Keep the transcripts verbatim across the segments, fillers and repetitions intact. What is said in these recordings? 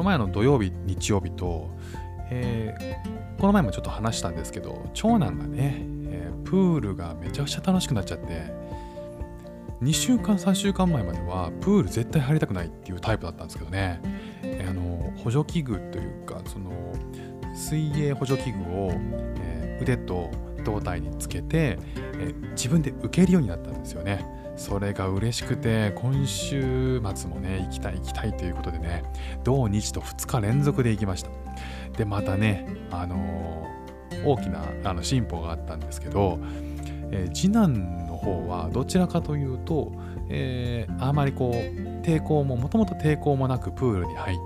前の土曜日日曜日と、えー、この前もちょっと話したんですけど、長男がね、えー、プールがめちゃくちゃ楽しくなっちゃって、にしゅうかんさんしゅうかんまえまではプール絶対入りたくないっていうタイプだったんですけどね、えー、あの補助器具というか、その水泳補助器具を、えー、腕と胴体につけて、えー、自分で受けるようになったんですよね。それが嬉しくて、今週末もね行きたい行きたいということでね、土日とふつか連続で行きました。でまたね、あのー、大きなあの進歩があったんですけど、えー、次男の方はどちらかというと、えー、あまりこう抵抗ももともと抵抗もなくプールに入って、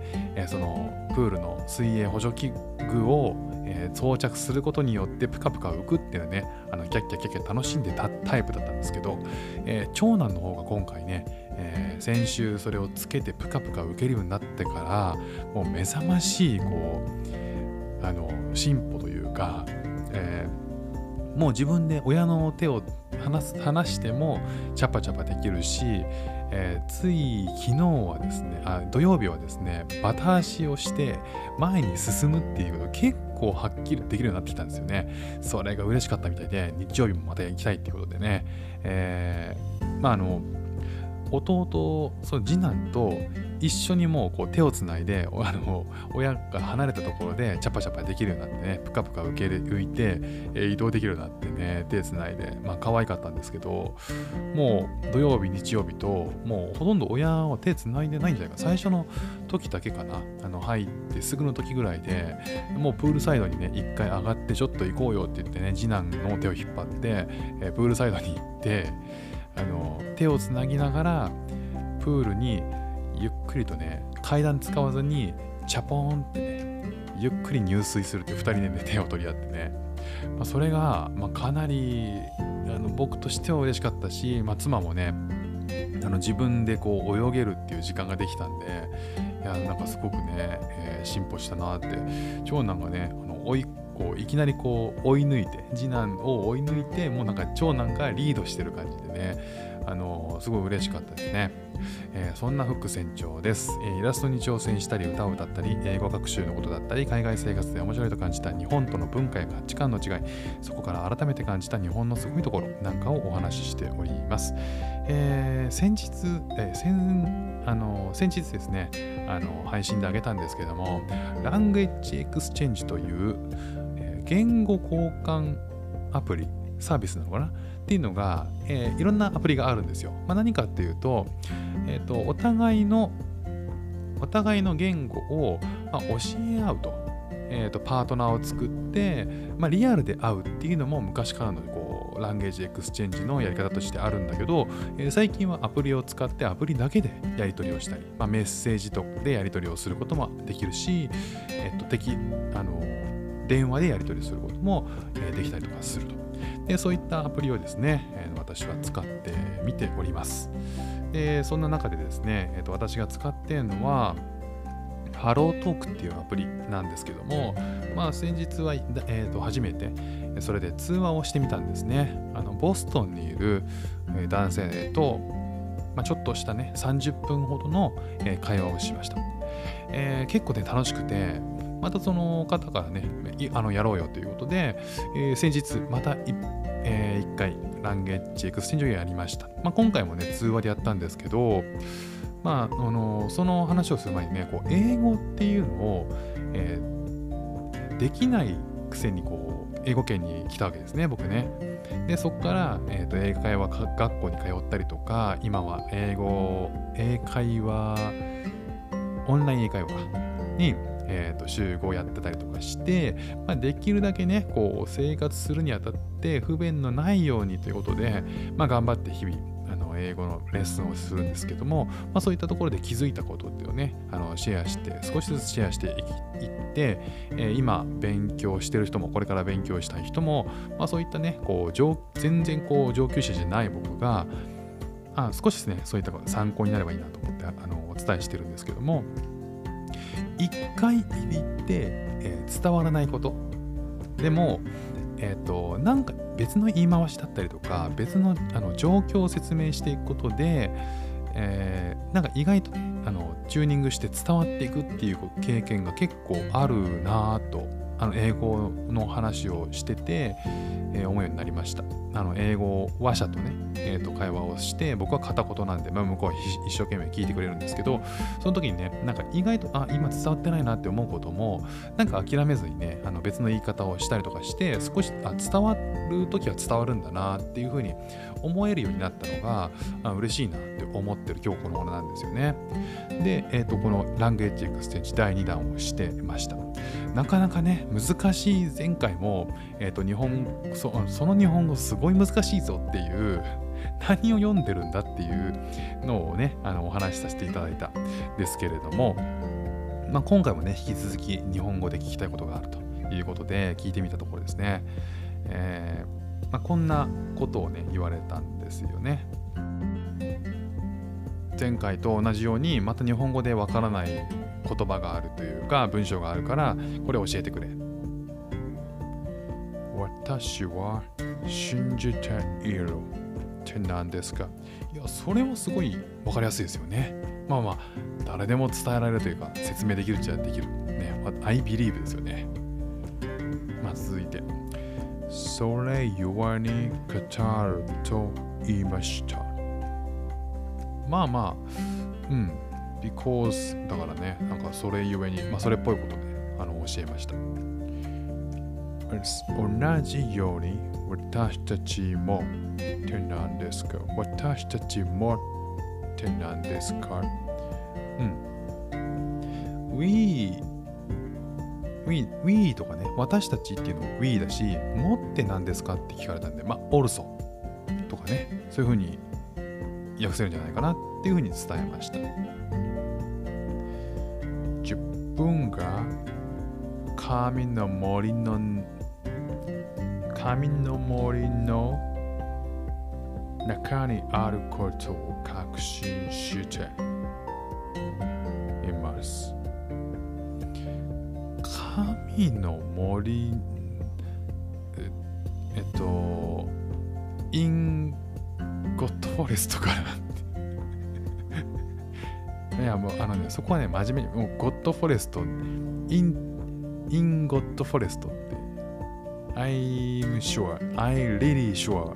えー、そのプールの水泳補助器具を、えー、装着することによってプカプカ浮くっていうね、あのキャッキャキャッキャ楽しんでたタイプだったんですけど、えー、長男の方が今回ね、えー、先週それをつけてプカプカ浮けるようになってから、もう目覚ましいこうあの進歩というか、えーもう自分で親の手を離す離してもチャパチャパできるし、えー、つい昨日はですねあ土曜日はですねバタ足をして前に進むっていうことが結構はっきりできるようになってきたんですよね。それが嬉しかったみたいで、日曜日もまた行きたいっていうことでね、えー、まああの弟、その次男と一緒にもうこう手をつないで、あの親が離れたところでチャパチャパできるようになってね、プカプカ受け浮いて、えー、移動できるようになってね、手つないで、まあ可愛かったんですけど、もう土曜日日曜日ともうほとんど親は手つないでないんじゃないか。最初の時だけかな、あの入ってすぐの時ぐらいで、もうプールサイドにね一回上がってちょっと行こうよって言ってね、次男の手を引っ張って、えー、プールサイドに行って、あの手をつなぎながらプールにゆっくりとね、階段使わずにチャポーンってね、ゆっくり入水するってふたりで、ね、手を取り合ってね、まあ、それが、まあ、かなりあの僕としては嬉しかったし、まあ、妻もねあの自分でこう泳げるっていう時間ができたんで、いやなんかすごくね、えー、進歩したなって。長男がねあの追いこういきなりこう追い抜いて、次男を追い抜いて、もうなんか長男がリードしてる感じでね、あのすごい嬉しかったですね。えー、そんなフック船長です、えー。イラストに挑戦したり、歌を歌ったり、英語学習のことだったり、海外生活で面白いと感じた日本との文化や価値観の違い、そこから改めて感じた日本のすごいところなんかをお話ししております。えー、先日、えー、先, あの先日ですね、あの配信であげたんですけども、ラングエッジエクスチェンジという、えー、言語交換アプリサービスなのかなっていうのが、えー、いろんなアプリがあるんですよ。まあ、何かっていうと、えーと、お互いのお互いの言語を、まあ、教え合うと、えーと、パートナーを作って、まあ、リアルで会うっていうのも昔からのこうランゲージエクスチェンジのやり方としてあるんだけど、えー、最近はアプリを使ってアプリだけでやり取りをしたり、まあ、メッセージとかでやり取りをすることもできるし、えーと、敵あの電話でやり取りすることも、えー、できたりとかすると。でそういったアプリをですね、えー、私は使ってみております。でそんな中でですね、えーと、私が使っているのはハロートークっていうアプリなんですけども、まあ先日は、えーと、初めてそれで通話をしてみたんですね。あのボストンにいる男性と、まあ、ちょっとしたねさんじゅっぷんほどの会話をしました。えー、結構ね楽しくて、またその方からねあのやろうよということで、えー、先日またい、えー、いっかいランゲージエクスチェンジをやりました。まあ、今回もね通話でやったんですけど、まあ、あのその話をする前にね、こう英語っていうのを、えー、できないくせにこう英語圏に来たわけですね、僕ね。でそこから、えーと、英会話学校に通ったりとか、今は英語英会話オンライン英会話に、えーと、週ごやってたりとかして、まあ、できるだけねこう生活するにあたって不便のないようにということで、まあ、頑張って日々あの英語のレッスンをするんですけども、まあ、そういったところで気づいたことっていうのをねあのシェアして少しずつシェアしていって、えー、今勉強してる人もこれから勉強したい人も、まあ、そういったねこう全然こう上級者じゃない僕があ少しですねそういったこと参考になればいいなと思ってあのお伝えしてるんですけども、一回言って、えー、伝わらないことでも、えーと、なんか別の言い回しだったりとか別の、あの状況を説明していくことで、 えー、なんか意外とねあのチューニングして伝わっていくっていう経験が結構あるなぁと、あの英語の話をしてて、えー、思うようになりました。あの英語話者とね、えー、と会話をして、僕は片言なんで、まあ、向こうは一生懸命聞いてくれるんですけど、その時にねなんか意外とあ今伝わってないなって思うこともなんか諦めずにね、あの別の言い方をしたりとかして、少しあ伝わる時は伝わるんだなっていう風に思えるようになったのがあ嬉しいなって思ってる今日この頃なんですよね。で、えー、とこのランゲージエクスチェンジだいにだんをしてました。なかなかね難しい、前回も、えー、と日本 そ, その日本語すごい難しいぞっていう、何を読んでるんだっていうのをねあのお話しさせていただいたんですけれども、まあ、今回もね引き続き日本語で聞きたいことがあるということで聞いてみたところですね、えーまあ、こんなことをね言われたんですよね。前回と同じようにまた日本語でわからない言葉があるというか文章があるからこれ教えてくれ。私は信じているって何ですか。いやそれはすごいわかりやすいですよね。まあまあ誰でも伝えられるというか説明できるっちゃできるね。I believe ですよね。まあ続いて、それゆえに語ると言いました。まあまあうん because だからね、なんかそれゆえに、まあそれっぽいことであの教えました。同じように私たちもって何ですか。私たちもって何ですか。うん。We we we とかね、私たちっていうのも we だし、もって何ですかって聞かれたんで、まあ also とかね、そういう風に訳せるんじゃないかなっていう風に伝えました。自分が神の森の神の森の中にあることを確信しています。神の森、え, えっとインゴッドフォレストからいやもうあのねそこはね真面目にもうゴッドフォレストインインゴッドフォレストって I'm sure I really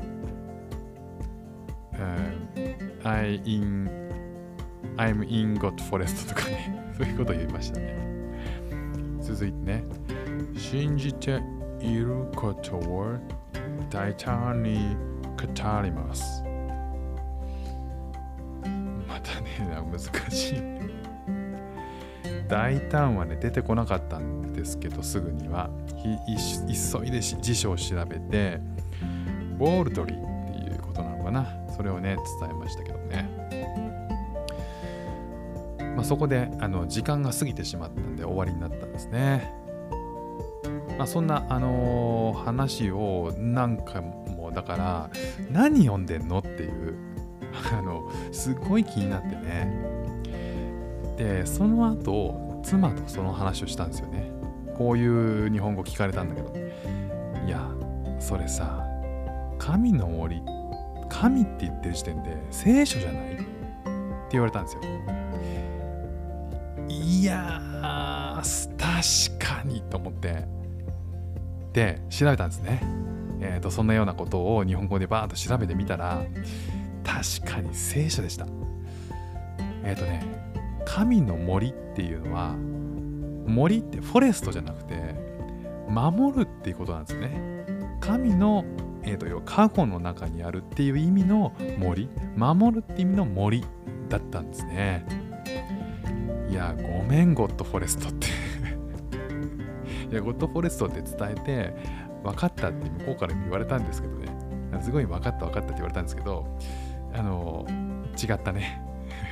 sure、uh, I in I'm in God forest とかねそういうことを言いましたね。続いてね、信じていることを大胆に語ります。またね難しい大胆はね出てこなかったんですけど、すぐには急いで辞書を調べてボールドリーっていうことなのかな、それをね伝えましたけどね。まあ、そこであの時間が過ぎてしまったんで終わりになったんですね。まあ、そんな、あのー、話を何回もだから何読んでんのっていうあのすごい気になってね。でその後妻とその話をしたんですよね。こういう日本語聞かれたんだけど、いやそれさ神の森、神って言ってる時点で聖書じゃないって言われたんですよ。いやー確かにと思ってで調べたんですね。えーとそんなようなことを日本語でバーッと調べてみたら確かに聖書でした。えっとね神の森っていうのは森ってフォレストじゃなくて守るっていうことなんですよね。神の、えーと、過去の中にあるっていう意味の森、守るって意味の森だったんですね。いやごめんゴッドフォレストっていやゴッドフォレストって伝えて分かったって向こうから言われたんですけどね、すごい分かった分かったって言われたんですけど、あの違ったね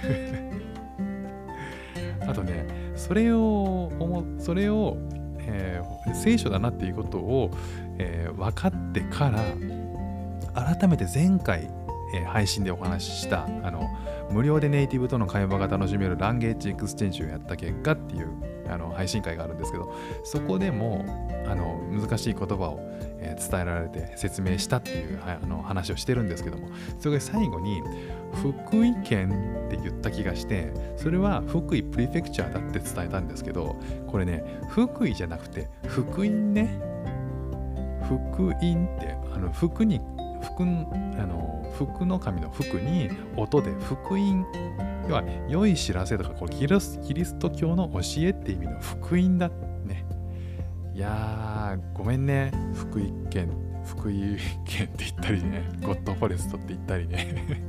あとねそれをそれを、えー、聖書だなっていうことを、えー、分かってから改めて前回、 えー配信でお話ししたあの無料でネイティブとの会話が楽しめるランゲージエクスチェンジをやった結果っていうあの配信会があるんですけど、そこでもあの難しい言葉を、えー伝えられて説明したっていうはあの話をしてるんですけども、それで最後に福井県って言った気がして、それは福井プリフェクチャーだって伝えたんですけど、これね福井じゃなくて福音ね。福音ってあの福に福あの福の神の福に音で福音、要は良い知らせとか、これキリスキリスト教の教えって意味の福音だね。いやーごめんね、福井県福井県って言ったりね、ゴッドフォレストって言ったりね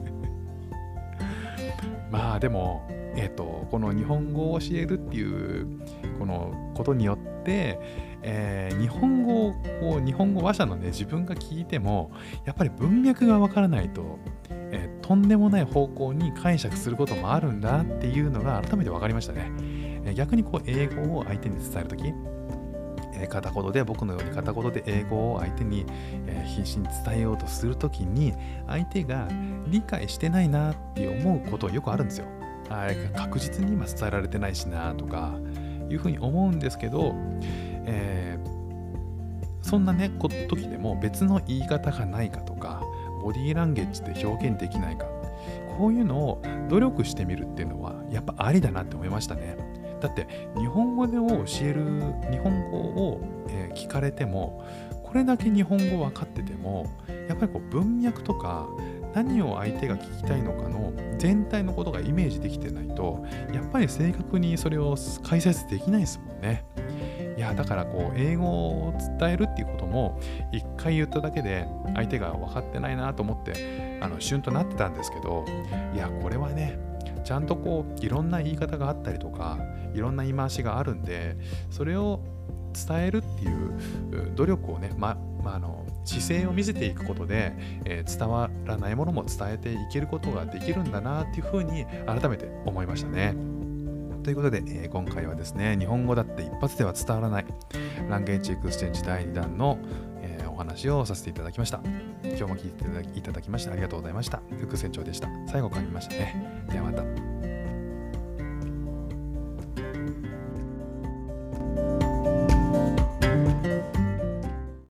まあでもえっ、とこの日本語を教えるっていうこのことによって、えー日本語を日本語話者のね自分が聞いてもやっぱり文脈がわからないと、えーとんでもない方向に解釈することもあるんだっていうのが改めて分かりましたね。えー逆にこう英語を相手に伝えるとき、えー片言で僕のように片言で英語を相手に、えー必死に伝えようとするときに相手が理解してないなって思うことよくあるんですよ。あー確実に今伝えられてないしなとかいうふうに思うんですけど、えーそんなねこ時でも別の言い方がないかとか、ボディーランゲージで表現できないか、こういうのを努力してみるっていうのはやっぱありだなって思いましたね。だって日本語でを教える日本語を、えー聞かれても、これだけ日本語分かっててもやっぱりこう文脈とか何を相手が聞きたいのかの全体のことがイメージできてないと、やっぱり正確にそれを解説できないですもんね。いやだからこう英語を伝えるっていうことも一回言っただけで相手が分かってないなと思ってあのシュンとなってたんですけど、いやこれはねちゃんとこういろんな言い方があったりとかいろんな言い回しがあるんで、それを伝えるっていう努力をね、ままあ、あの姿勢を見せていくことで、えー伝わらないものも伝えていけることができるんだなっていうふうに改めて思いましたね。ということで、えー今回はですね、日本語だって一発では伝わらないランゲージエクスチェンジだいにだんの、えーお話をさせていただきました。今日も聞いていただきいただきましてありがとうございました。副船長でした。最後噛みましたね。ではまた。